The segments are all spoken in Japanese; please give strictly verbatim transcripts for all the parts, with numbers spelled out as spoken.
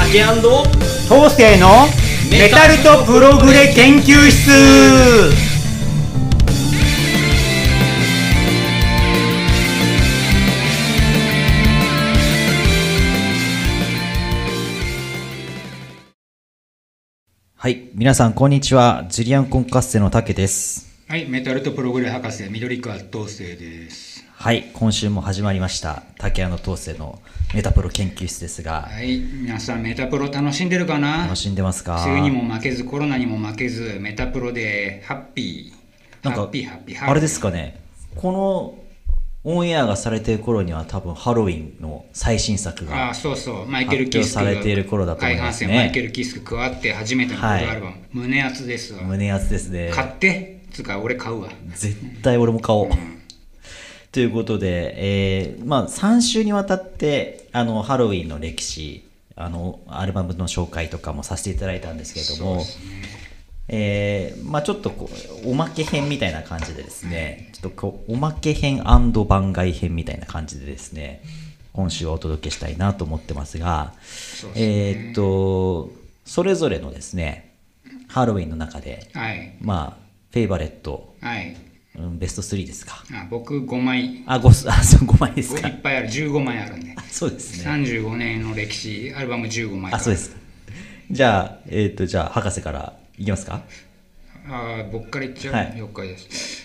竹& 東勢のメタルとプログレ研究室。 はい、皆さんこんにちは。ジュリアンコンカッセの竹です。 はい、メタルとプログレ博士緑川東勢です。 はい、今週も始まりました竹東勢のメタプロ研究室ですが、 はい、皆さんメタプロ楽しんでるかな。 楽しんでますか。 梅雨にも負けずコロナにも負けずメタプロでハッピーなんかハッピーハッピーハッピー。 あれですかね、このオンエアがされている頃には多分ハロウィンの最新作が発表されている頃だと思いますね。 マイケル・キスク加わって初めてのフルアルバム、はい、胸熱ですわ。 胸熱ですね。 買ってつうか俺買うわ。 絶対俺も買おう、うん、ということで、えーまあ、さん週にわたってあのハロウィンの歴史、あのアルバムの紹介とかもさせていただいたんですけれども、えーまあ、ちょっとこうおまけ編みたいな感じでですね、ちょっとこうおまけ編&番外編みたいな感じでですね、今週はお届けしたいなと思ってますが、 そうですね、 えーっとそれぞれのですねハロウィンの中で、 はい、 まあフェイバレット、 はい、 うん、ベストスリーですか。 あ、僕ごまい。 あ、ご、あ、そう、ごまいですか。 いっぱいある、じゅうごまいあるんで。 そうですね。 さんじゅうごねんの歴史、アルバムじゅうごまい。 あ、そうですか。じゃあ、えっと、じゃあ、博士からいきますか。 あ、僕から言っちゃう、 はい、 了解です。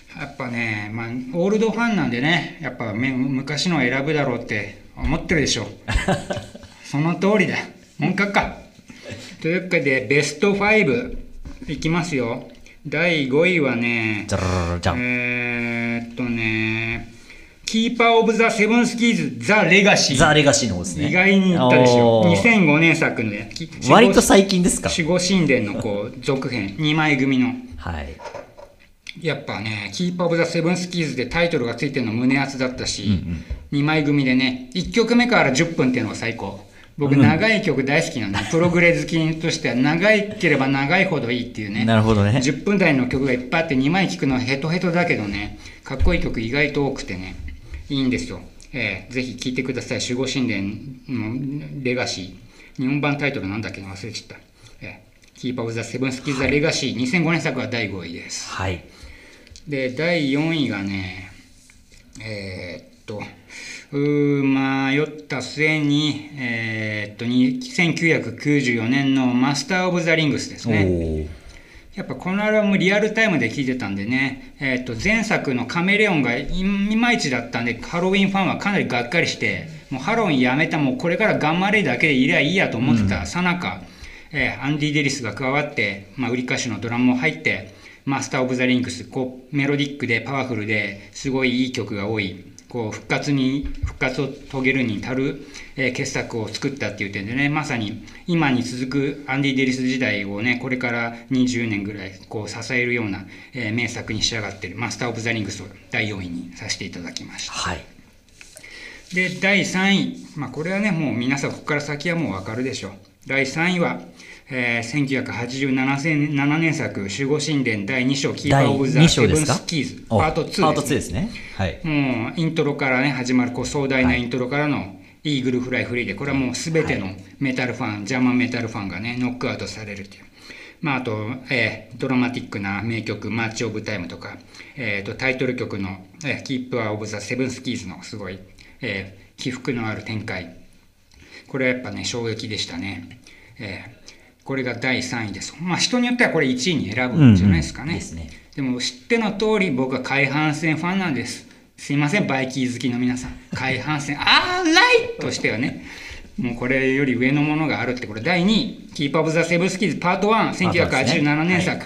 やっぱね、まあ、オールドファンなんでね、やっぱ昔のを選ぶだろうって思ってるでしょう。その通りだ。本格か。というわけで、ベストごいきますよ。だいごいはね、 じゃらららじゃん。 えーっとね、キーパーオブザセブンスキーズザレガシー。 ザレガシーの方ですね。 意外に言ったでしょ。にせんごねん作のね、 割と最近ですか。 守護神殿のこう続編、にまい組の。 はい。 やっぱね、キーパーオブザセブンスキーズでタイトルがついてるの胸熱だったし、 うんうん、 にまい組でね、いっきょくめからじゅっぷんっていうのが最高。僕、長い曲大好きなんで、うん、プログレ好きとしては長ければ長いほどいいっていうね。 なるほどね。 じゅっぷん台の曲がいっぱいあってにまい聴くのはヘトヘトだけどね、かっこいい曲意外と多くてね、いいんですよ。えー、ぜひ聴いてください。守護神殿のレガシー。日本版タイトルなんだっけ忘れちゃった。えー、キーパーオブザセブンスキーズザレガシー、はい、にせんごねん作はだいごいです。 はい。 で、だいよんいがね、えー、っと、うー迷った末に、えー、っとせんきゅうひゃくきゅうじゅうよねんのマスター・オブ・ザ・リングスですね。やっぱこのアルバムリアルタイムで聴いてたんでね、えー、っと前作のカメレオンがいまいちだったんで、ハロウィンファンはかなりがっかりして、もうハロウィンやめた、もうこれからガンマレーだけでいりゃいいやと思ってたさなか、えー、アンディ・デリスが加わって、まあ、売り歌手のドラムも入って、マスター・オブ・ザ・リングス、こうメロディックでパワフルですごいいい曲が多い。こう復活に復活を遂げるに足る、えー、傑作を作ったっていう点でね、まさに今に続くアンディ・デリス時代をね、これからにじゅうねんぐらいこう支えるような、えー、名作に仕上がっているマスター・オブ・ザ・リングスをだいよんいにさせていただきました。 はい。 で、だいさんい、まあこれはね、もう皆さんここから先はもうわかるでしょう。だいさんいは、えー、せんきゅうひゃくはちじゅうななねん作守護神殿だいに章キーパーオブザセブンスキーズパートツーですね。 パートツーですね。はい。 もうイントロからね始まるこう壮大なイントロからのイーグルフライフリーで、これはもう全てのメタルファン、はい、ジャーマンメタルファンがねノックアウトされるという。まああと、えー、ドラマティックな名曲マッチオブタイムとか、えー、とタイトル曲の、えー、キーパーオブザセブンスキーズのすごい、えー、起伏のある展開。これはやっぱね衝撃でしたね。えーこれがだいさんいです。まあ人によってはこれいちいに選ぶんじゃないですかね。うんうん、ですね。でも知っての通り僕は海浜線ファンなんです。すいません、バイキー好きの皆さん。海浜線、あーライとしてはね、もうこれより上のものがあるって、これだいにい、キーパーオブザセブンスキーズパートワン、せんきゅうひゃくはちじゅうななねん作。はい、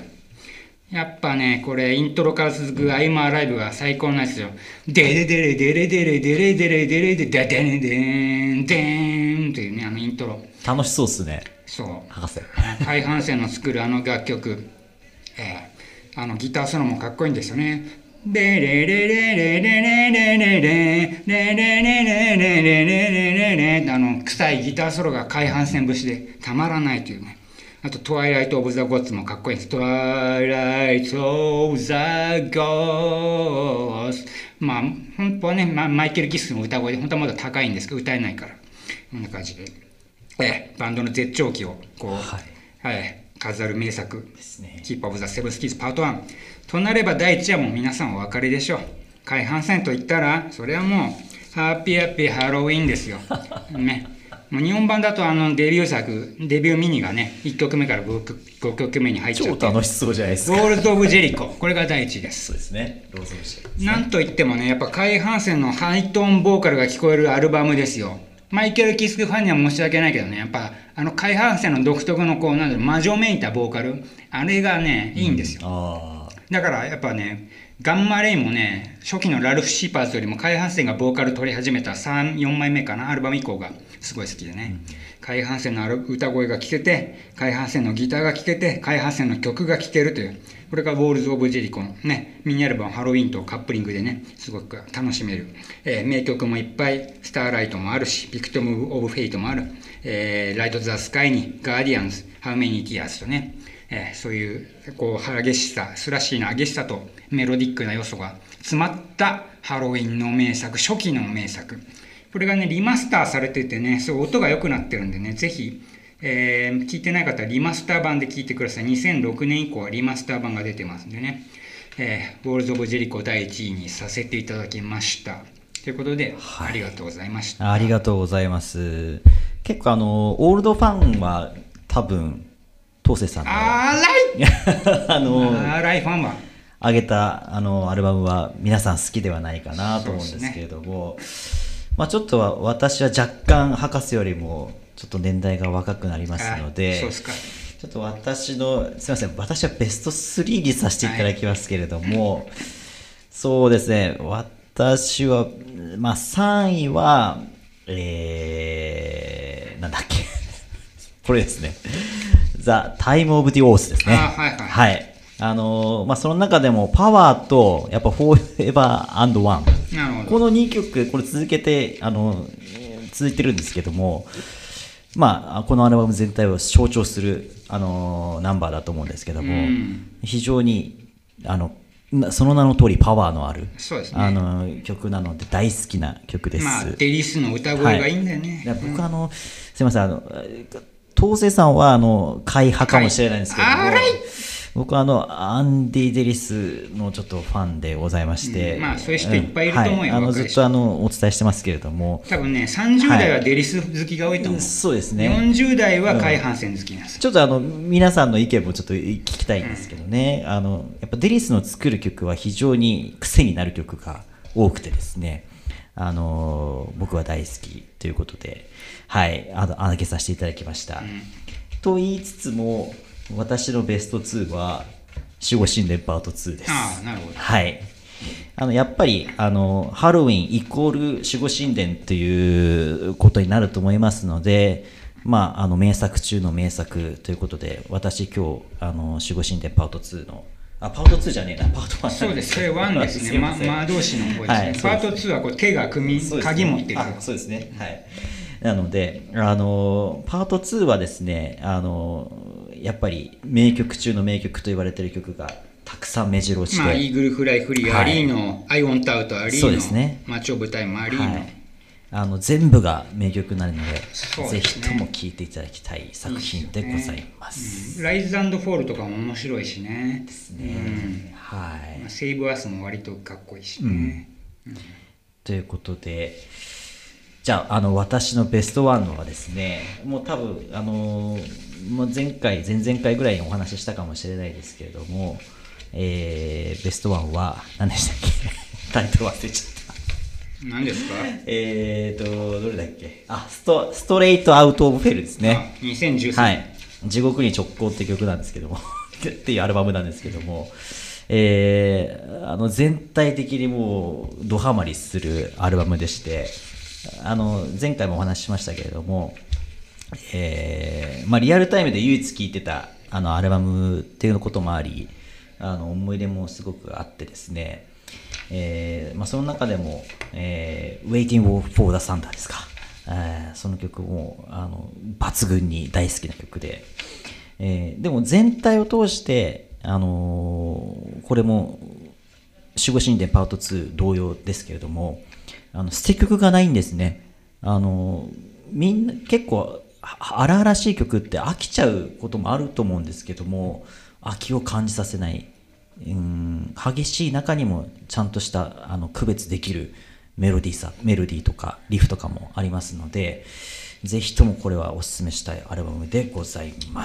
やっぱね、これイントロから続くアイマーライブが最高なんですよ。デレデレデレデレデレデレデレデレデレデレデンデーンというね、あのイントロ。 楽しそうっすね。 そう。 博士。 海浜線の作るあの楽曲、えー、あのギターソロもかっこいいんですよね。レレレレレレレレレレレレレレレレレレレあの臭いギターソロが海浜線節でたまらないというね。あと、トワイライト・オブ・ザ・ゴッツもかっこいいです。トワイライト・オブ・ザ・ゴッツ。まあ、本当はね、マイケル・キスの歌声で、本当はまだ高いんですけど、歌えないから。こんな感じで。 えーバンドの絶頂期をこう、 はいはい飾る名作ですね。 Keep of the Seven Keys Part ワンとなれば、第一はもう皆さんお分かりでしょう。海浜線といったらそれはもうハッピーハッピーハロウィンですよ、ね、もう日本版だとあのデビュー作デビューミニがねいっきょくめから 5, ごきょくめに入っちゃ超って、 楽しそうじゃないですか。 ウォールズ・オブ・ジェリコ、これが第一です。 そうですね。ローズオブジェリコですね。 なんといってもね、やっぱ海浜線のハイトーンボーカルが聞こえるアルバムですよ。マイケル・キスクファンには申し訳ないけどね、やっぱあの海浜線の独特のこうなんだろう魔女めいたボーカル、あれがねいいんですよ。 あだからやっぱね、ガンマレインもね、初期のラルフ・シーパーズよりも海浜線がボーカル取り始めたさん、よんまいめかな、アルバム以降がすごい好きでね。海浜線のある歌声が聴けて、海浜線のギターが聴けて、海浜線の曲が聴けるという、これがウォールズ・オブ・ジェリコのね、ミニアルバムハロウィンとカップリングでね、すごく楽しめる。えー名曲もいっぱい、スターライトもあるし、ビクトム・オブ・フェイトもある、えーライト・ザ・スカイに、ガーディアンズ、ハウメニ・ティアーズとね、えーそういうこう激しさ、スラッシーな激しさとメロディックな要素が詰まったハロウィンの名作、初期の名作。これがね、リマスターされててね、すごい音が良くなってるんでね、ぜひ、えー聞いてない方はリマスター版で聞いてください。にせんろくねん以降はリマスター版が出てますんでね、えー、ウォールズ・オブ・ジェリコだいいちいにさせていただきました。ということで、 はい、 ありがとうございました。 ありがとうございます。結構あのオールドファンは多分東瀬さんのあーらいあのあーらいファンは上げたあのアルバムは皆さん好きではないかなと思うんですけれども、まあ、ちょっとは私は若干博士よりもちょっと年代が若くなりますので、 そうですか。 ちょっと私のすみません、私はベストスリーにさせていただきますけれども、はい、そうですね、私は、まあ、さんいは、えー、なんだっけこれですね、ザ・タイム・オブ・ディ・オースですね。 あ、はいはい、 はい、あのーまあ、その中でもパワーとやっぱフォーエバーアンドワン、 なるほど、 このにきょくこれ続けて、あのー、続いてるんですけども、まあ、このアルバム全体を象徴する、あのー、ナンバーだと思うんですけども、うん、非常にあのその名の通りパワーのある、 そうですね、 あの曲なので大好きな曲です。 まあ、デリスの歌声がいいんだよね。 はい、僕、うん、あのすいません、あの東瀬さんはあの海派かもしれないんですけども、僕はあのアンディ・デリスのちょっとファンでございまして、 うん、まあそういう人いっぱいいると思うよ、 はい、あのずっとあのお伝えしてますけれども、 多分ねさんじゅう代はデリス好きが多いと思う、はい、 そうですね、 よんじゅう代は海浜線好きなんです、 うん、ちょっとあの皆さんの意見もちょっと聞きたいんですけどね、うん、あのやっぱデリスの作る曲は非常に癖になる曲が多くてですね、あの僕は大好きということで、はいあの挙げさせていただきました、うん、と言いつつも私のベストツーは守護神殿パートツーです。 ああ、なるほど。 はい。あのやっぱりあのハロウィンイコール守護神殿ということになると思いますので、まあ、あの名作中の名作ということで、私今日あの守護神殿パートツーのあパートツーじゃねえなパートワンそうです、それワンですね。ま魔導士の方ですね。はい、パートツーはこう手が組み、ね、鍵持ってる。 あ、そうですね。はい。なのであのパートツーはですね、あのやっぱり名曲中の名曲と言われている曲がたくさん目白押して、 まあ、イーグルフライフリーありの、はい、I Want Out ありの、 ね、 マッチオブタイムありの、はい、 あの全部が名曲になるので、ね、ぜひとも聴いていただきたい作品でございます。 ライズ&フォールとかも面白いしね。 ですね。うん、はい。 まあ、セイブアースも割とかっこいいしね。 うんうん、ということで。じゃあ、あの私のベストワンのはですね、もう多分あのもう前回前々回ぐらいにお話ししたかもしれないですけれども、えー、ベストワンは何でしたっけタイトル忘れちゃった何ですかえーとどれだっけあストストレートアウトオブフェルですね。 にせんじゅうさんねん、 はい、地獄に直行って曲なんですけどもっていうアルバムなんですけども、えー、あの全体的にもうドハマりするアルバムでして、あの前回もお話ししましたけれども、えーまあ、リアルタイムで唯一聴いてたあのアルバムっていうこともあり、あの思い出もすごくあってですね、えーまあ、その中でも、えー、Waiting for the Thunder ですか、えー、その曲もあの抜群に大好きな曲で、えー、でも全体を通して、あのー、これも守護神殿パートツー同様ですけれども、あの捨て曲がないんですね。あのみんな結構は荒々しい曲って飽きちゃうこともあると思うんですけども、飽きを感じさせない、うん、激しい中にもちゃんとしたあの区別できるメロディーさメロディーとかリフとかもありますので、ぜひともこれはおすすめしたいアルバムでございます。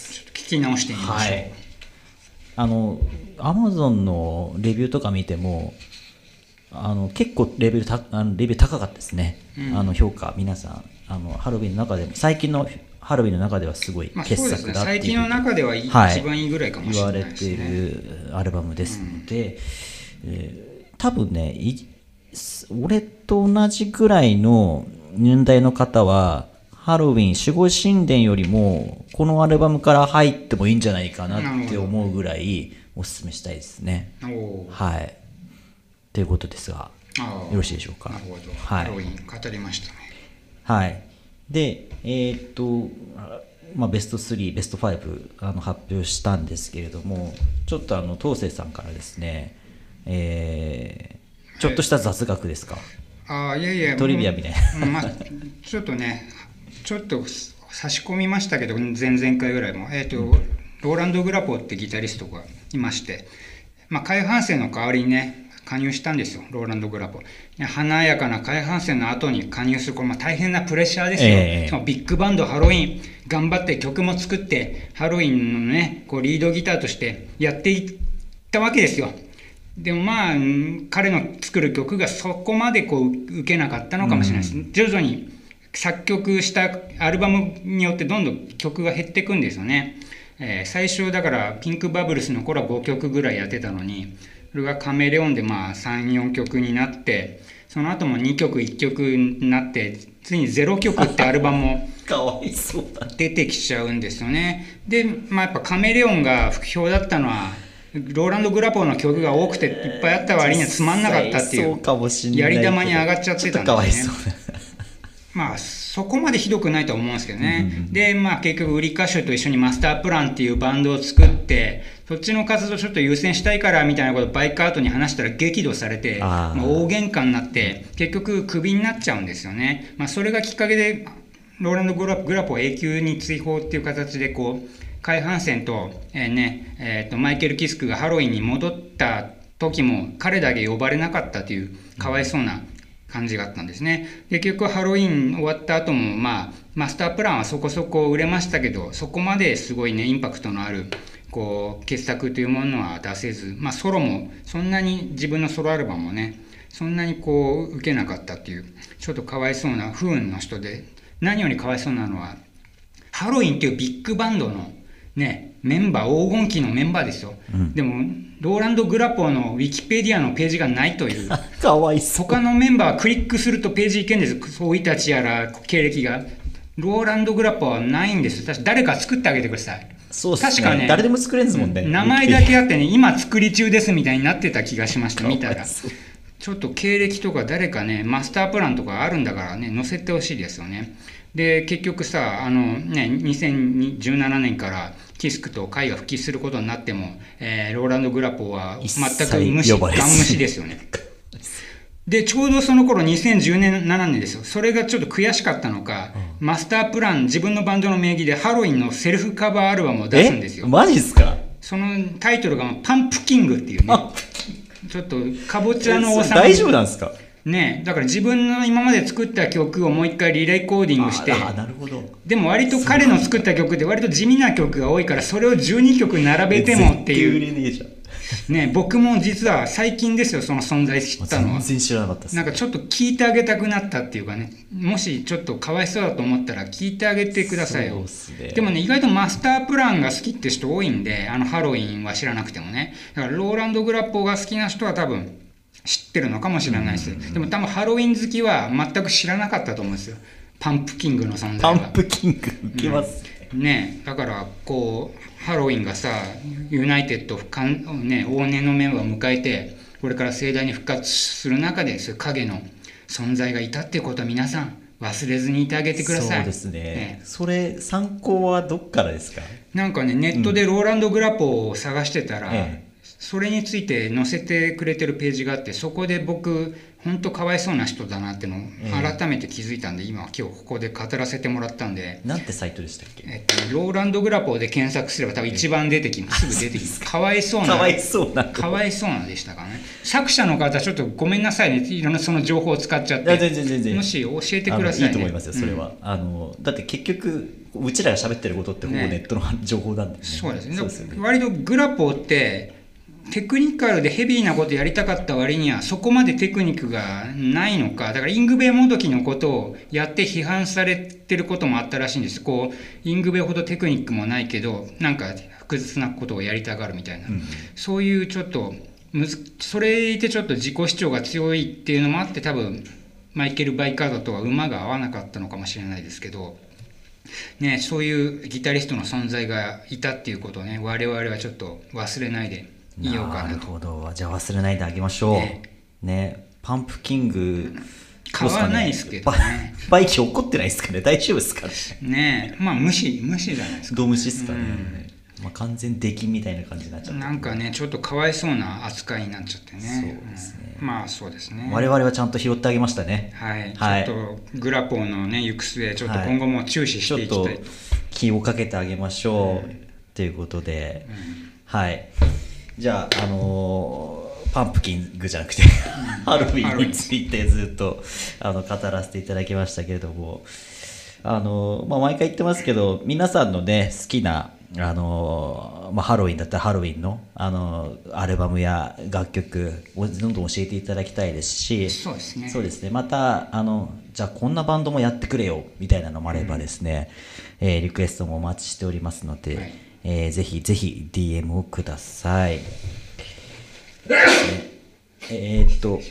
ちょっと聞き直してみましょう。はい、 あの Amazon のレビューとか見てもあの結構レベルたあのレベル高かったですね、うん、あの評価皆さんあのハロウィンの中でも最近のハロウィンの中ではすごい傑作だっていう、まあそうですね、最近の中では、はい、一番いいぐらいかもしれないですね。言われているアルバムですので、うんえー、多分ねい俺と同じぐらいの年代の方はハロウィン守護神殿よりもこのアルバムから入ってもいいんじゃないかなって思うぐらいおすすめしたいですね。はいということですがよろしいでしょうか。なるほど、はい、ハロウィン語りましたね。はいでえー、っとまあ、ベストスリーベストファイブあの発表したんですけれども、ちょっとあの東勢さんからですね、えー、ちょっとした雑学ですか。あいやいやトリビアみたいな、まあ、ちょっとねちょっと差し込みましたけど前々回ぐらいも、えー、とローランド・グラポーってギタリストがいまして、まあ、カイ・ハンセンの代わりにね加入したんですよ、ローランド・グラポー。華やかなカイ・ハンセンの後に加入する、これまあ大変なプレッシャーですよ、えー、そのビッグバンドハロウィン頑張って曲も作ってハロウィンのねこうリードギターとしてやっていったわけですよ。でもまあ彼の作る曲がそこまでこう受けなかったのかもしれないです、うん、徐々に作曲したアルバムによってどんどん曲が減っていくんですよね、えー、最初だからピンクバブルスの頃はごきょくぐらいやってたのに、それがカメレオンでまあさん、よんきょくになって、その後もにきょくいっきょくになってついにゼロきょくってアルバムも出てきちゃうんですよね。で、まあ、やっぱカメレオンが不評だったのはローランド・グラポーの曲が多くていっぱいあった割にはつまんなかったっていうやり玉に上がっちゃってたんですね。まあそこまでひどくないと思うんですけどね、うんうん、でまあ結局売り歌手と一緒にマスタープランっていうバンドを作って、そっちの活動ちょっと優先したいからみたいなことをバイクアウトに話したら激怒されて、あ、まあ、大喧嘩になって結局クビになっちゃうんですよね。まあ、それがきっかけでローランド・グラポーを永久に追放っていう形でこうカイ・ハンセンと,、えーねえー、とマイケル・キスクがハロウィンに戻った時も彼だけ呼ばれなかったというかわいそうな感じがあったんですね。で結局ハロウィン終わった後も、まあ、マスタープランはそこそこ売れましたけど、そこまですごいねインパクトのあるこう傑作というものは出せず、まあ、ソロもそんなに自分のソロアルバムもねそんなにこう受けなかったっていうちょっとかわいそうな不運の人で、何よりかわいそうなのはハロウィンっていうビッグバンドのねメンバー黄金期のメンバーですよ、うん、でもローランド・グラポーのウィキペディアのページがないというかわいそう。他のメンバーはクリックするとページいけんです。生い立ちやら経歴が。ローランド・グラポーはないんです。確か誰か作ってあげてください。そうっすね、確かね誰でも作れんですもんね、名前だけあってね今作り中ですみたいになってた気がしました。見たらちょっと経歴とか誰かねマスタープランとかあるんだからね載せてほしいですよね。で結局さあのねにせんじゅうななねんからキスクとカイが復帰することになっても、えー、ローランド・グラポーは全く無視ガン無視ですよね。でちょうどその頃にせんじゅうななねんですよ。それがちょっと悔しかったのか、うん、マスタープラン自分のバンドの名義でハロウィンのセルフカバーアルバムを出すんですよ。マジっすか。そのタイトルがパンプキングっていうねちょっとかぼちゃの王様。大丈夫なんですかね。だから自分の今まで作った曲をもう一回リレコーディングして、ああなるほど。でも割と彼の作った曲で割と地味な曲が多いからそれをじゅうにきょく並べてもっていうね、僕も実は最近ですよその存在知ったのは。全然知らなかったです。なんかちょっと聞いてあげたくなったっていうかね、もしちょっとかわいそうだと思ったら聞いてあげてくださいよ。そうっすね。でもね意外とマスタープランが好きって人多いんで、あのハロウィンは知らなくてもね。だからローランド・グラポーが好きな人は多分知ってるのかもしれないです、うんうんうん、でも多分ハロウィン好きは全く知らなかったと思うんですよ、パンプキングの存在が。パンプキング受けます、うん、ね。だからこうハロウィンがさユナイテッド、ね、往年のメンバーを迎えてこれから盛大に復活する中でそういう影の存在がいたっていうことは皆さん忘れずにいてあげてください。そうですね、ね。それ参考はどっからですか。なんかねネットでローランド・グラポーを探してたら、うん、 それについて載せてくれてるページがあって、そこで僕本当かわいそうな人だなってのを改めて気づいたんで、今今日ここで語らせてもらったんで。 なんてサイトでしたっけ？ えっと、ローランド・グラポーで検索すれば多分一番出てきます。すぐ出てきます。かわいそうな。 かわいそうな。 かわいそうなでしたかね。作者の方ちょっとごめんなさいね。いろんなその情報を使っちゃって。 全然全然。 もし教えてくださいね。 いいと思いますよそれは。うん、あのだって結局うちらが喋ってることってほぼネットの、ね、情報なんでね。 そうですね。ですね。割とグラポーってテクニカルでヘビーなことやりたかった割にはそこまでテクニックがないのか。だからイングベイもどきのことをやって批判されてることもあったらしいんです。こうイングベイほどテクニックもないけどなんか複雑なことをやりたがるみたいな、うん、そういうちょっとむずそれでちょっと自己主張が強いっていうのもあって多分マイケル・バイカードとは馬が合わなかったのかもしれないですけどね、そういうギタリストの存在がいたっていうことをね我々はちょっと忘れないでいようかなと。 なるほど。じゃあ忘れないであげましょうね。ねパンプキング買わないですけどね。 バイキ怒ってないですかね。大丈夫ですかね。 ねえまあ無視無視じゃないですか。 どう無視ですかね、うんまあ、完全出禁みたいな感じになっちゃってなんかねちょっとかわいそうな扱いになっちゃってね。 そうですね、 うん、まあそうですね。 我々はちゃんと拾ってあげましたね。 はい、 はい、 ちょっとグラポーのね行く末ちょっと今後も注視していきたい、はい、ちょっと気をかけてあげましょう、うん、ということで、うん、はいじゃあ、あのー、パンプキングじゃなくて、うん、ハロウィンについてずっとあの語らせていただきましたけれども、あのーまあ、毎回言ってますけど皆さんのね好きな、あのーまあ、ハロウィンだったらハロウィンの、あのー、アルバムや楽曲をどんどん教えていただきたいですし、 そうですね、 そうですねまたあのじゃあこんなバンドもやってくれよみたいなのもあればですね、うんえー、リクエストもお待ちしておりますので、はいえー、ぜひぜひ ディーエム をください。えー、っと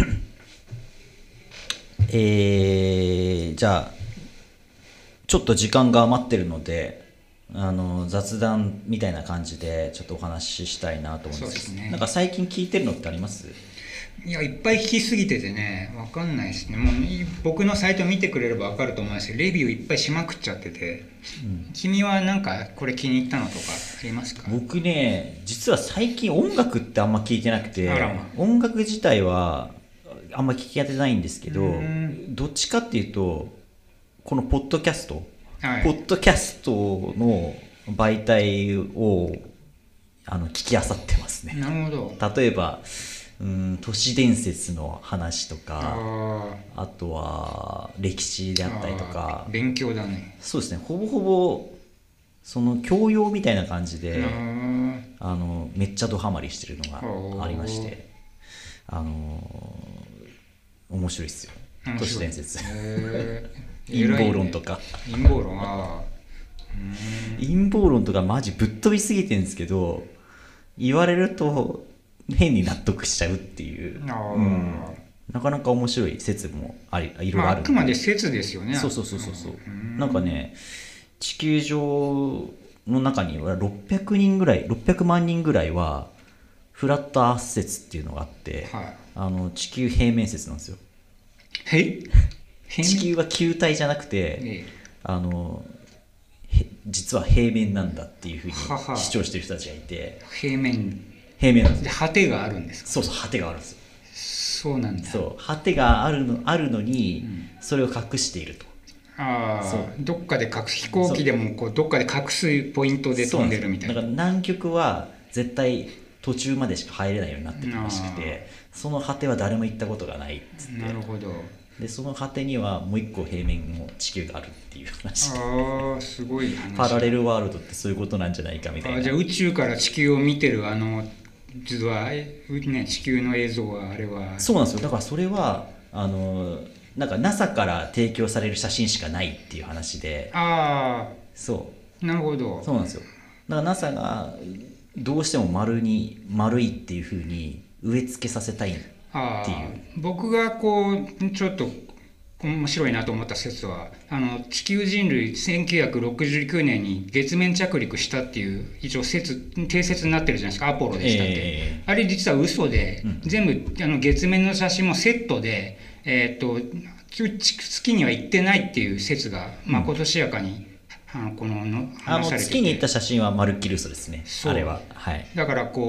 えー、じゃあちょっと時間が余ってるのであの雑談みたいな感じでちょっとお話ししたいなと思うんですけど、ね、なんか最近聞いてるのってあります？ いやいっぱい聞きすぎててね分かんないですね。もう僕のサイト見てくれれば分かると思うんですけどレビューいっぱいしまくっちゃってて、うん、君はなんかこれ気に入ったのとかありますか？ 僕ね実は最近音楽ってあんま聞いてなくて、ま、音楽自体はあんま聞き当てないんですけどどっちかっていうとこのポッドキャスト、はい、ポッドキャストの媒体をあの聞き漁ってますね。 なるほど。 例えばうん都市伝説の話とか あ, あとは歴史であったりとか勉強だね。 そうですねほぼほぼその教養みたいな感じであのめっちゃドハマりしてるのがありましてあの面白いですよ都市伝説陰謀論とか陰謀論あ陰謀論とかマジぶっ飛びすぎてるんですけど言われると変に納得しちゃうっていう、うん、なかなか面白い説もありいろいろある、まあ、 あくまで説ですよね。 そうそうそうそうそう、うん、なんかね地球上の中にはろっぴゃくにんぐらいろっぴゃくまんにんぐらいはフラットアース説っていうのがあって、はい、あの地球平面説なんですよ。 え地球は球体じゃなくて、ええ、あの実は平面なんだっていうふうに主張してる人たちがいて平面平面なんですで果てがあるんですか？ そうそう果てがあるんですよ。 そうなんだ。 そう果てがある の, あるのに、うん、それを隠していると。 ああどっかで隠す飛行機でもこうどっかで隠すポイントで飛んでるみたいな。 だから南極は絶対途中までしか入れないようになってるらしくてその果ては誰も行ったことがないっつって。 なるほど。 でその果てにはもう一個平面の地球があるっていう話。 ああすごい話。 パラレルワールドってそういうことなんじゃないかみたいな。 あじゃあ宇宙から地球を見てるあの実は、ね、地球の映像はあれはそうなんですよ。だからそれはあのなんか ナサ から提供される写真しかないっていう話で。 ああそうなるほど。 そうなんですよ。だから ナサ がどうしても丸に丸いっていう風に植え付けさせたいっていう。 あ僕がこうちょっと面白いなと思った説はあの地球人類せんきゅうひゃくろくじゅうきゅうねんに月面着陸したっていう一応説定説になってるじゃないですか。アポロでしたって、えー、あれ実は嘘で、うん、全部あの月面の写真もセットで、えー、っと月には行ってないっていう説がまことしやかに、うん、あのこのの話されててあの月に行った写真はまるっきり嘘ですね。あれは、はい、 だからこう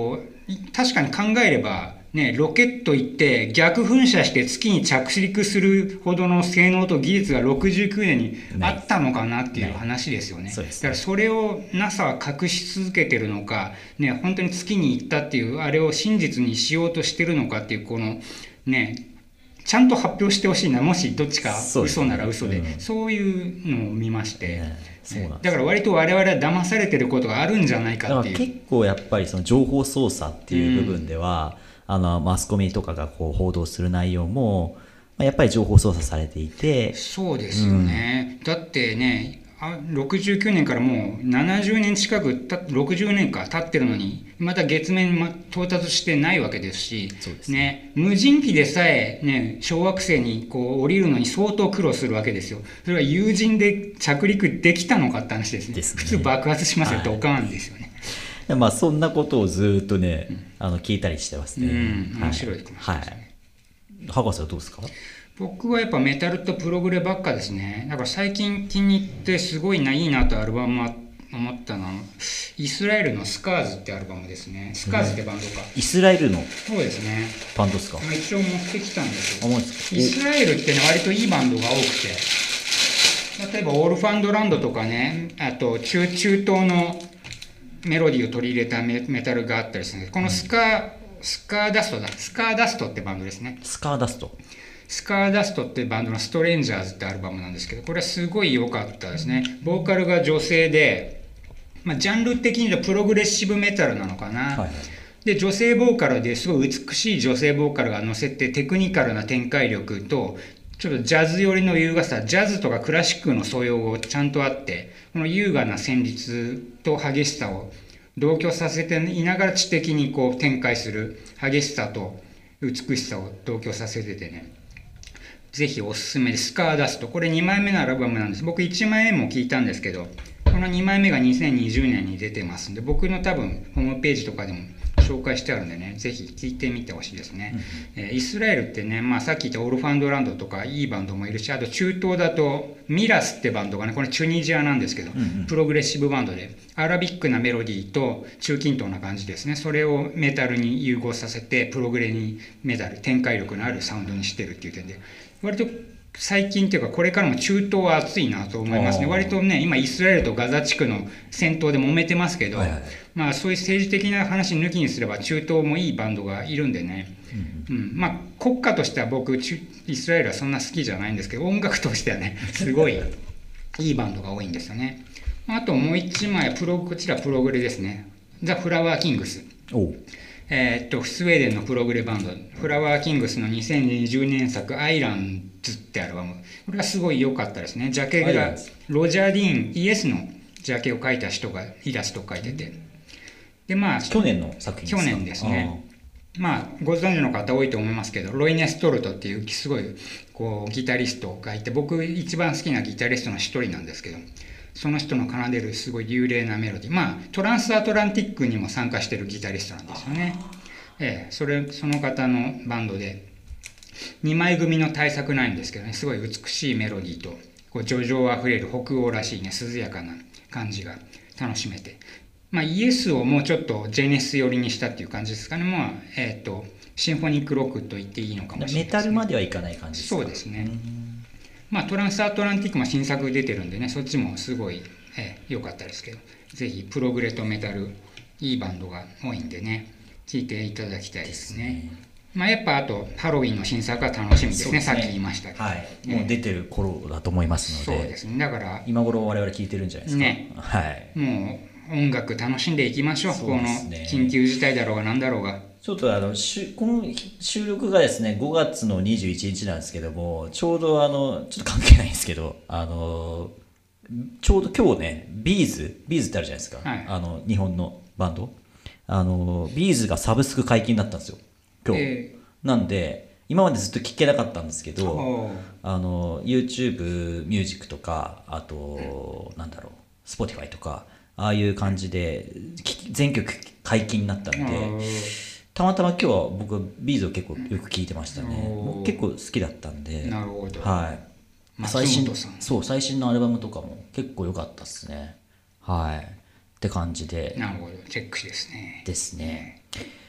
確かに考えれば、ね、ロケット行って逆噴射して月に着陸するほどの性能と技術がろくじゅうきゅうねんにあったのかなっていう話ですよね。だからそれを ナサ は隠し続けてるのか、ね、本当に月に行ったっていうあれを真実にしようとしてるのかっていうこのねちゃんと発表してほしいな、もしどっちか嘘なら嘘で、そう、ねうん、そういうのを見まして、ねそうなんですね、だから割と我々は騙されてることがあるんじゃないかっていう。 結構やっぱりその情報操作っていう部分では、うん、あのマスコミとかがこう報道する内容もやっぱり情報操作されていて。 そうですよね、うん、だってねあろくじゅうきゅうねんからもうななじゅうねん近くたろくじゅうねんか経ってるのにまた月面に到達してないわけですし、そうですねね、無人機でさえ、ね、小惑星にこう降りるのに相当苦労するわけですよ。それは有人で着陸できたのかって話ですね。ですね、普通爆発しますよ、はい、ドカーンですよね。 まあそんなことをずっとね、うん、あの聞いたりしてますね。 うん、面白いですね。 はいはい、博士はどうですか？ 僕はやっぱメタルとプログレばっかですね。だから最近気に入ってすごいないいなとアルバムは思ったのはイスラエルのスカーズってアルバムですね。スカーズってバンドか、 イスラエルのそうですねバンドですか？ 一応持ってきたんですよ。イスラエルってね割といいバンドが多くて、例えばオールファンドランドとかね、あと中中東のメロディーを取り入れた メ, メタルがあったりするんです。このスカー、うん、スカーダストだスカーダストってバンドですね。 スカーダストスカーダストってバンドのストレンジャーズってアルバムなんですけど、これはすごい良かったですね。ボーカルが女性で、まあ、ジャンル的にはプログレッシブメタルなのかな、はいはい、で女性ボーカルですごい美しい女性ボーカルが乗せてテクニカルな展開力とちょっとジャズ寄りの優雅さ、ジャズとかクラシックの素養がちゃんとあって、この優雅な旋律と激しさを同居させていながら知的にこう展開する激しさと美しさを同居させててね、ぜひおすすめです。スカーダスト、これにまいめのアルバムなんです。僕いちまいめも聞いたんですけど、このにまいめがにせんにじゅうねんに出てますんで、僕の多分ホームページとかでも紹介してあるんでね、ぜひ聞いてみてほしいですね、うんえー、イスラエルってね、まあ、さっき言ったオールファンドランドとかいいバンドもいるし、あと中東だとミラスってバンドがね、これチュニジアなんですけど、うんうん、プログレッシブバンドでアラビックなメロディーと中近東な感じですね、それをメタルに融合させてプログレにメタル展開力のあるサウンドにしてるっていう点で割と最近っていうかこれからも中東は熱いなと思いますね。割とね今イスラエルとガザ地区の戦闘で揉めてますけど、はいはい、まあそういう政治的な話抜きにすれば中東もいいバンドがいるんでね、うんうん、まあ国家としては僕イスラエルはそんな好きじゃないんですけど、音楽としてはねすごいいいバンドが多いんですよね。あともう一枚プロこちらプログレですね。ザ・フラワーキングス、おえー、っとスウェーデンのプログレバンドフラワーキングスのにせんにじゅうねん作アイランズってアルバム、これがすごい良かったですね。ジャケがロジャー・ディーンイエスのジャケを描いた人がイラストを描いてて、でまあ去年の作品ですか？ 去年ですね。まあご存知の方多いと思いますけど、ロイネ・ストルトっていうすごいこうギタリストがいて、僕一番好きなギタリストの一人なんですけど、その人の奏でるすごい流麗なメロディー、まあトランスアトランティックにも参加してるギタリストなんですよね。ええ、それその方のバンドでにまい組の大作なんですけどね、すごい美しいメロディーとこう叙情あふれる北欧らしいね涼やかな感じが楽しめて、まあ、イエスをもうちょっとジェネス寄りにしたっていう感じですかね。まあえー、とシンフォニックロックと言っていいのかもしれないですね。 メタルまではいかない感じですか？ そうですね。まあトランスアトランティックも新作出てるんでね、そっちもすごい良、えー、かったですけど、ぜひプログレとメタルいいバンドが多いんでね、聴いていただきたいですね。まあ、やっぱあとハロウィンの新作は楽しみですね。さっき言いましたけど、 はい、もう出てる頃だと思いますので、 そうですね。だから今頃我々聴いてるんじゃないですかね。 はい、 もう音楽楽しんでいきましょう。この緊急事態だろうが何だろうが。 ちょっとあのしこの収録がですねごがつのにじゅういちにちなんですけども、ちょうどあのちょっと関係ないんですけど、あのちょうど今日ねビーズビーズってあるじゃないですか、はい、あの日本のバンド、あのビーズがサブスク解禁だったんですよ今日、えー、なんで今までずっと聴けなかったんですけど、あの YouTube ミュージックとかあと、うん、なんだろう Spotify とかああいう感じで全曲解禁になったんで、たまたま今日は僕はビーズを結構よく聴いてましたね。結構好きだったんで。 なるほど。 はい。最新そう最新のアルバムとかも結構良かったですね。はい。って感じで。 なるほど。チェックですね。 ですね。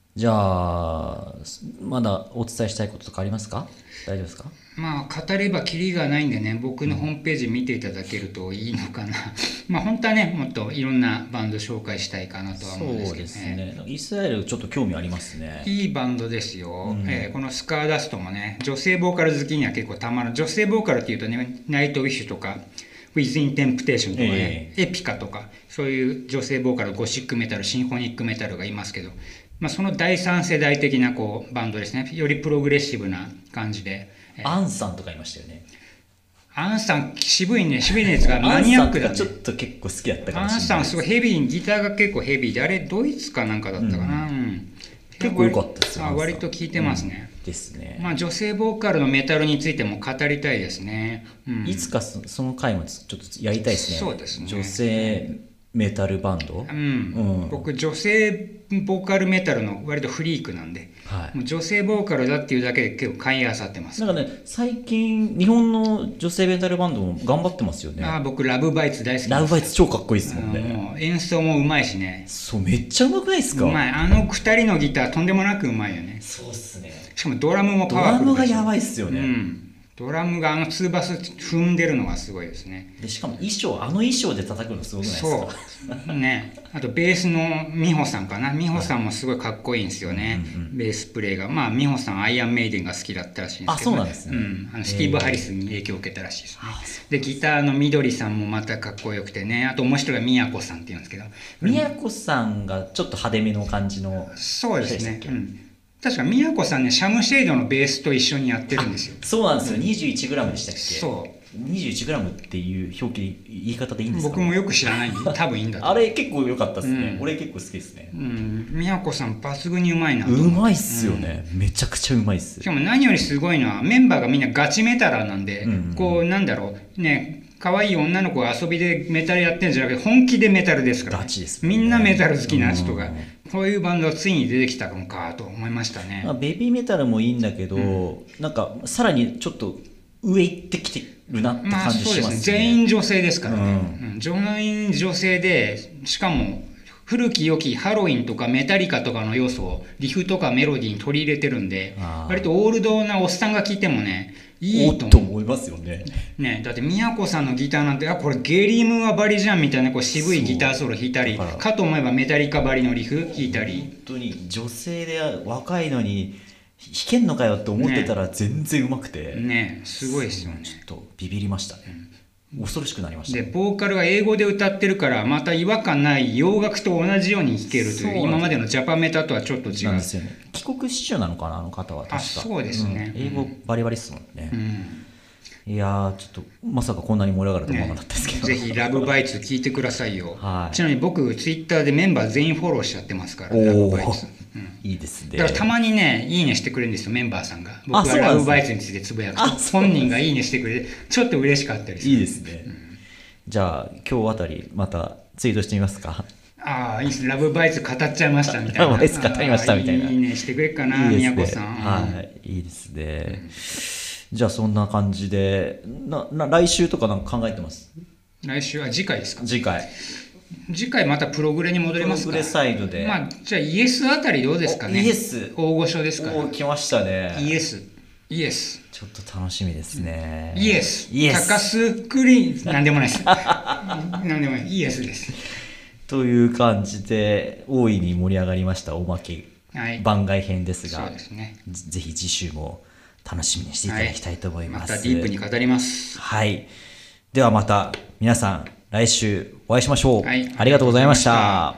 じゃあまだお伝えしたいこととかありますか？大丈夫ですか？ まあ語ればキリがないんでね、僕のホームページ見ていただけるといいのかなまあ本当はねもっといろんなバンド紹介したいかなとは思うんですけどね。 そうですね、イスラエルちょっと興味ありますね。 いいバンドですよ、 うんえーこのスカーダストもね女性ボーカル好きには結構たまる。女性ボーカルっていうとねナイトウィッシュとかウィズ・イン・テンプテーションとかね、エピカとかそういう女性ボーカル、ゴシックメタル、シンフォニックメタルがいますけど、まあ、その第三世代的なこうバンドですね。よりプログレッシブな感じで、えーアンさんとかいましたよね。 アンさん渋いね、渋いやつがマニアックだね。 アンさんとかちょっと結構好きだったかアンもしれない。 さんすごいヘビー、ギターが結構ヘビーで、あれドイツかなんかだったかな、うん、 結構良かったですよ。 あ割と聴いてますね、 うん、ですね。 まあ女性ボーカルのメタルについても語りたいですね、うん、 いつか そ, その回もちょっとやりたいですね。 そうですね。 女性メタルバンド、 うんうん、 僕女性ボーカルメタルの割とフリークなんで、 はい、 もう女性ボーカルだっていうだけで結構買いあさってます。 なんかね最近日本の女性メタルバンドも頑張ってますよね。 あ僕ラブバイツ大好きです。 ラブバイツ超かっこいいですもんね。 もう演奏もうまいしね。 そうめっちゃうまくないですか？ うまい。あのふたりのギターとんでもなくうまいよね。 そうっすね。 しかもドラムもパドラワフルだしムがやばいっすよね、 うん、ドラムがあのツーバス踏んでるのがすごいですね。 でしかも衣装あの衣装で叩くのすごくないですか？ そうね。あとベースの美穂さんかな。美穂さんもすごいかっこいいんですよね、 うんうん、 ベースプレイが。まあ美穂さんアイアンメイデンが好きだったらしいんですけど、 あそうなんですね、 うん、あのスティーブ・ハリスに影響を受けたらしいですね。でギターの緑さんもまたかっこよくてね。あともう一人が宮子さんっていうんですけど、 宮子さんがちょっと派手めの感じの。 そうですね、うん、確か宮子さんねシャムシェイドのベースと一緒にやってるんですよ。 そうなんですよ。 にじゅういちグラム でしたっけ？ そうにじゅういちグラム っていう表記言い方でいいんですか？ 僕もよく知らないんで多分いいんだとあれ結構良かったですね、 うん、 俺結構好きですね。 うん宮子さん抜群にうまいなと思うまいっすよね、うん、めちゃくちゃうまいっす。 しかも何よりすごいのはメンバーがみんなガチメタラーなんで、 うんうん、 こうなんだろうね、可愛い女の子が遊びでメタルやってるんじゃなくて本気でメタルですから、ね、 ガチですね。 みんなメタル好きな人が、うん、こういうバンドがついに出てきたのかと思いましたね。 まあ、ベビーメタルもいいんだけど、うん、なんかさらにちょっと上行ってきてるなって感じしますね。 まあそうですね。全員女性ですからね、うんうん、全員女性で、しかも古き良きハロウィンとかメタリカとかの要素をリフとかメロディーに取り入れてるんで、割とオールドなおっさんが聴いてもねいいと 思, 思いますよね。 ね、だって宮子さんのギターなんて、あこれゲリムはバリじゃんみたいなこう渋いギターソロ弾いたり、かと思えばメタリカバリのリフ弾いたり。 本当に女性で若いのに弾けんのかよって思ってたら全然うまくてね, ねすごいですよね。 ちょっとビビりましたね、うん、恐ろしくなりました。 でボーカルが英語で歌ってるからまた違和感ない洋楽と同じように弾けるという、今までのジャパメタとはちょっと違う。 なんですよね。帰国子女なのかなあの方は。確か。 あそうですね、 うん、英語バリバリっすもんね、 うん、 いやーちょっとまさかこんなに盛り上がると思わなかったですけど、 ね、ぜひラブバイツ聞いてくださいよ、 はい、 ちなみに僕ツイッターでメンバー全員フォローしちゃってますから、ラブバイツ、 うん、いいですね。 だからたまにねいいねしてくれるんですよメンバーさんが。僕はラブバイツについてつぶやくと本人がいいねしてくれてちょっと嬉しかったりする。 いいですね、うん、じゃあ今日あたりまたツイートしてみますか。 ああいいですね。ラブバイツ語っちゃいましたみたいな。 ラブバイツ語りましたみたいな。 いいねしてくれっかな、宮子さん。 はいいいですね、うん、じゃあそんな感じでなな来週とかなんか考えてます？ 来週は次回ですか？ 次回次回またプログレに戻りますか？ プログレサイドで、 まあ、じゃあイエスあたりどうですかね。 イエス大御所ですから。 お来ましたね。 イエスイエスちょっと楽しみですね。 イエスイエス高須クリーンなんでもないですなんでもないイエスですという感じで大いに盛り上がりましたおまけ番外編ですが、 そうですね、 ぜひ次週も楽しみにしていただきたいと思います、 はい、またディープに語ります。 はい、ではまた皆さん来週お会いしましょう、 はい、 ありがとうございました。はい、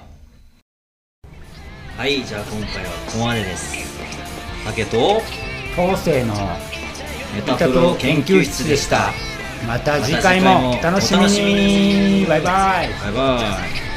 じゃあ今回はここまでです。竹と昴生のメタプロ研究室でした。 また次回もお楽しみに。バイバイ。 バイバイ。